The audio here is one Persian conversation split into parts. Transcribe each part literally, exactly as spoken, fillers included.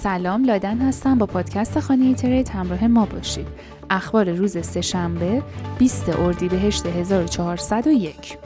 سلام، لادن هستم. با پادکست خانه ترید همراه ما باشید. اخبار روز سه‌شنبه بیست اردیبهشت هزار و چهارصد و یک.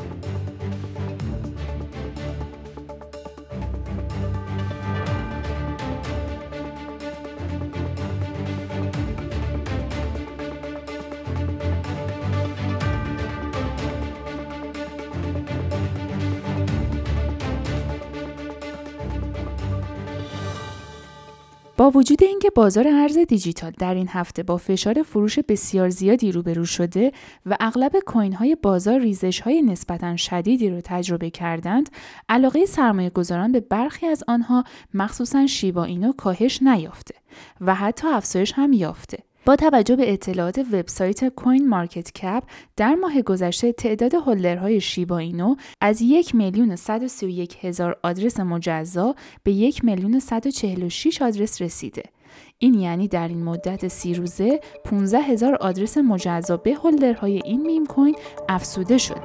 با وجود اینکه بازار ارز دیجیتال در این هفته با فشار فروش بسیار زیادی روبرو شده و اغلب کوین‌های بازار ریزش‌های نسبتاً شدیدی رو تجربه کردند، علاقه سرمایه‌گذاران به برخی از آنها مخصوصاً شیبا اینو کاهش نیافته و حتی افزایش هم یافته. با توجه به اطلاعات وبسایت کوین مارکت کپ، در ماه گذشته تعداد هولدرهای شیبا اینو از یک میلیون و صد و سی و یک هزار آدرس مجزا به یک میلیون و صد و چهل و شش آدرس رسیده. این یعنی در این مدت سی روزه پانزده هزار آدرس مجزا به هولدرهای این میم کوین افزوده شده.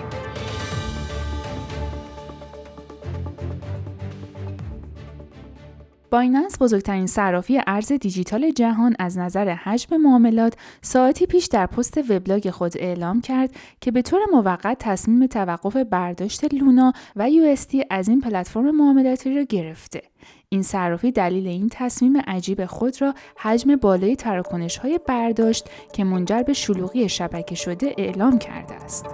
بایننس، بزرگترین صرافی ارز دیجیتال جهان، از نظر حجم معاملات ساعتی پیش در پست وبلاگ خود اعلام کرد که به طور موقت تصمیم توقف برداشت لونا و یو اس دی از این پلتفرم معاملاتی را گرفته. این صرافی دلیل این تصمیم عجیب خود را حجم بالای تراکنش‌های برداشت که منجر به شلوغی شبکه شده اعلام کرده است.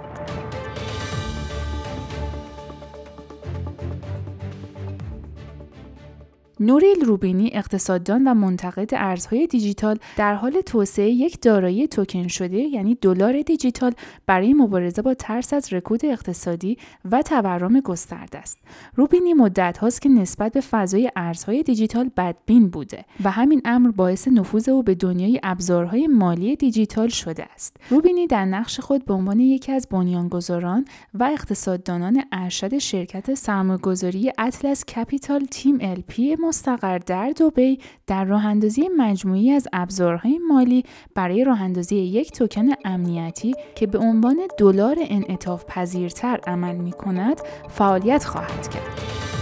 نوریل روبینی، اقتصاددان و منتقد ارزهای دیجیتال، در حال توسعه یک دارایی توکن شده یعنی دلار دیجیتال برای مبارزه با ترس از رکود اقتصادی و تورم گسترده است. روبینی مدت هاست که نسبت به فضای ارزهای دیجیتال بدبین بوده و همین امر باعث نفوذ او به دنیای ابزارهای مالی دیجیتال شده است. روبینی در نقش خود به عنوان یکی از بنیانگذاران و اقتصاددانان ارشد شرکت سرمایه‌گذاری اطلس کپیتال تیم ال پی مستقر در دبی در راه‌اندازی مجموعی از ابزارهای مالی برای راه‌اندازی یک توکن امنیتی که به عنوان دلار انعطاف پذیرتر عمل می‌کند فعالیت خواهد کرد.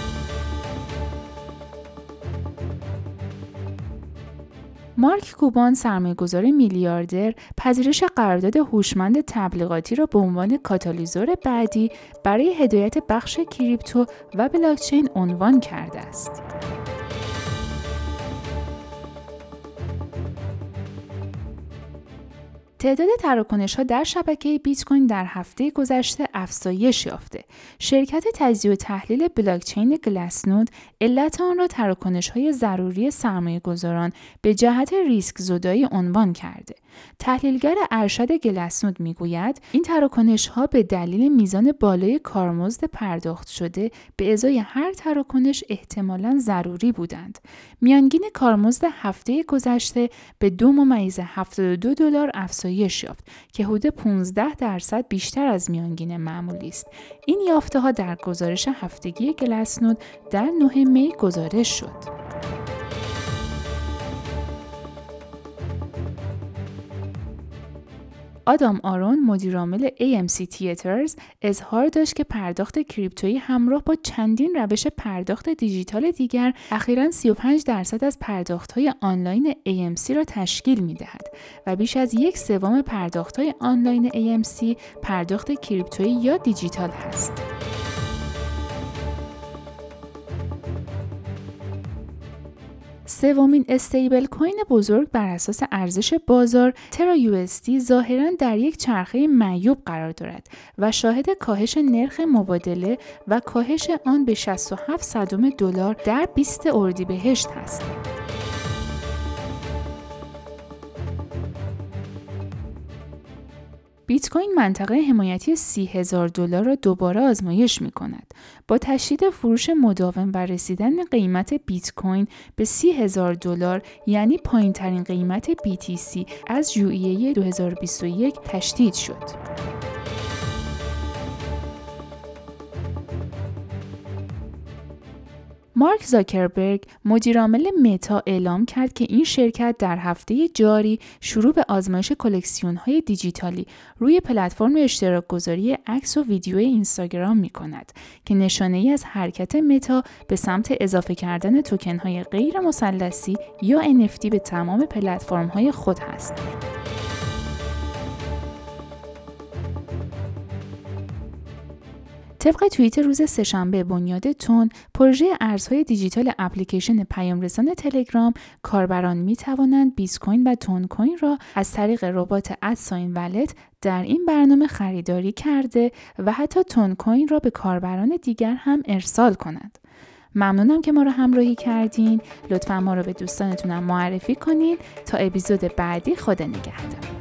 مارک کوبان، سرمایه‌گذار میلیاردر، پذیرش قرارداد هوشمند تبلیغاتی را به عنوان کاتالیزور بعدی برای هدایت بخش کریپتو و بلاکچین عنوان کرده است. تعداد تراکنش‌ها در شبکه بیت کوین در هفته گذشته افزایش یافته. شرکت تجزیه و تحلیل بلاکچین گلاسنود علت آن را تراکنش‌های ضروری سرمایه‌گذاران به جهت ریسک زدایی عنوان کرده. تحلیلگر ارشد گلاسنود میگوید این تراکنش‌ها به دلیل میزان بالای کارمزد پرداخت شده به ازای هر تراکنش احتمالاً ضروری بودند. میانگین کارمزد هفته گذشته به دو ممیز هفتاد و دو دلار افزایش یافت که حدود پانزده درصد بیشتر از میانگین معمولی است. این یافته‌ها در گزارش هفتگی گلاسنود در نه می گزارش شد. آدام آرون، مدیرعامل ای ام سی تیاترز، اظهار داشت که پرداخت کریپتویی همراه با چندین روش پرداخت دیجیتال دیگر اخیراً سی و پنج درصد از پرداخت‌های آنلاین ای ام سی را تشکیل می‌دهد و بیش از یک سوم پرداخت‌های آنلاین ای ام سی پرداخت کریپتویی یا دیجیتال هست. سومین استیبل کوین بزرگ بر اساس ارزش بازار، ترا یو اس دی، ظاهراً در یک چرخه معیوب قرار دارد و شاهد کاهش نرخ مبادله و کاهش آن به شصت و هفت صدم دلار در بیست اردیبهشت است. بیت کوین منطقه حمایتی سی هزار دلار را دوباره آزمایش می کند. با تشدید فروش مداوم و رسیدن قیمت بیت کوین به سی هزار دلار، یعنی پایین ترین قیمت بی تی سی از ژوئیه دو هزار و بیست و یک تشدید شد. مارک زاکربرگ مدیرعامل متا اعلام کرد که این شرکت در هفته جاری شروع به آزمایش کلکسیون‌های دیجیتالی روی پلتفرم اشتراک گذاری عکس و ویدیو اینستاگرام می‌کند که نشانه‌ای از حرکت متا به سمت اضافه کردن توکن‌های غیر مثلثی یا ان اف تی به تمام پلتفرم‌های خود است. طبق توییت روز سه‌شنبه بنیاد تون، پروژه ارزهای دیجیتال اپلیکیشن پیام‌رسان تلگرام، کاربران می توانند بیت کوین و تون کوین را از طریق ربات ادساین ولت در این برنامه خریداری کرده و حتی تون کوین را به کاربران دیگر هم ارسال کنند. ممنونم که ما رو همراهی کردین. لطفاً ما رو به دوستانتون هم معرفی کنین. تا اپیزود بعدی، خدا نگهدار.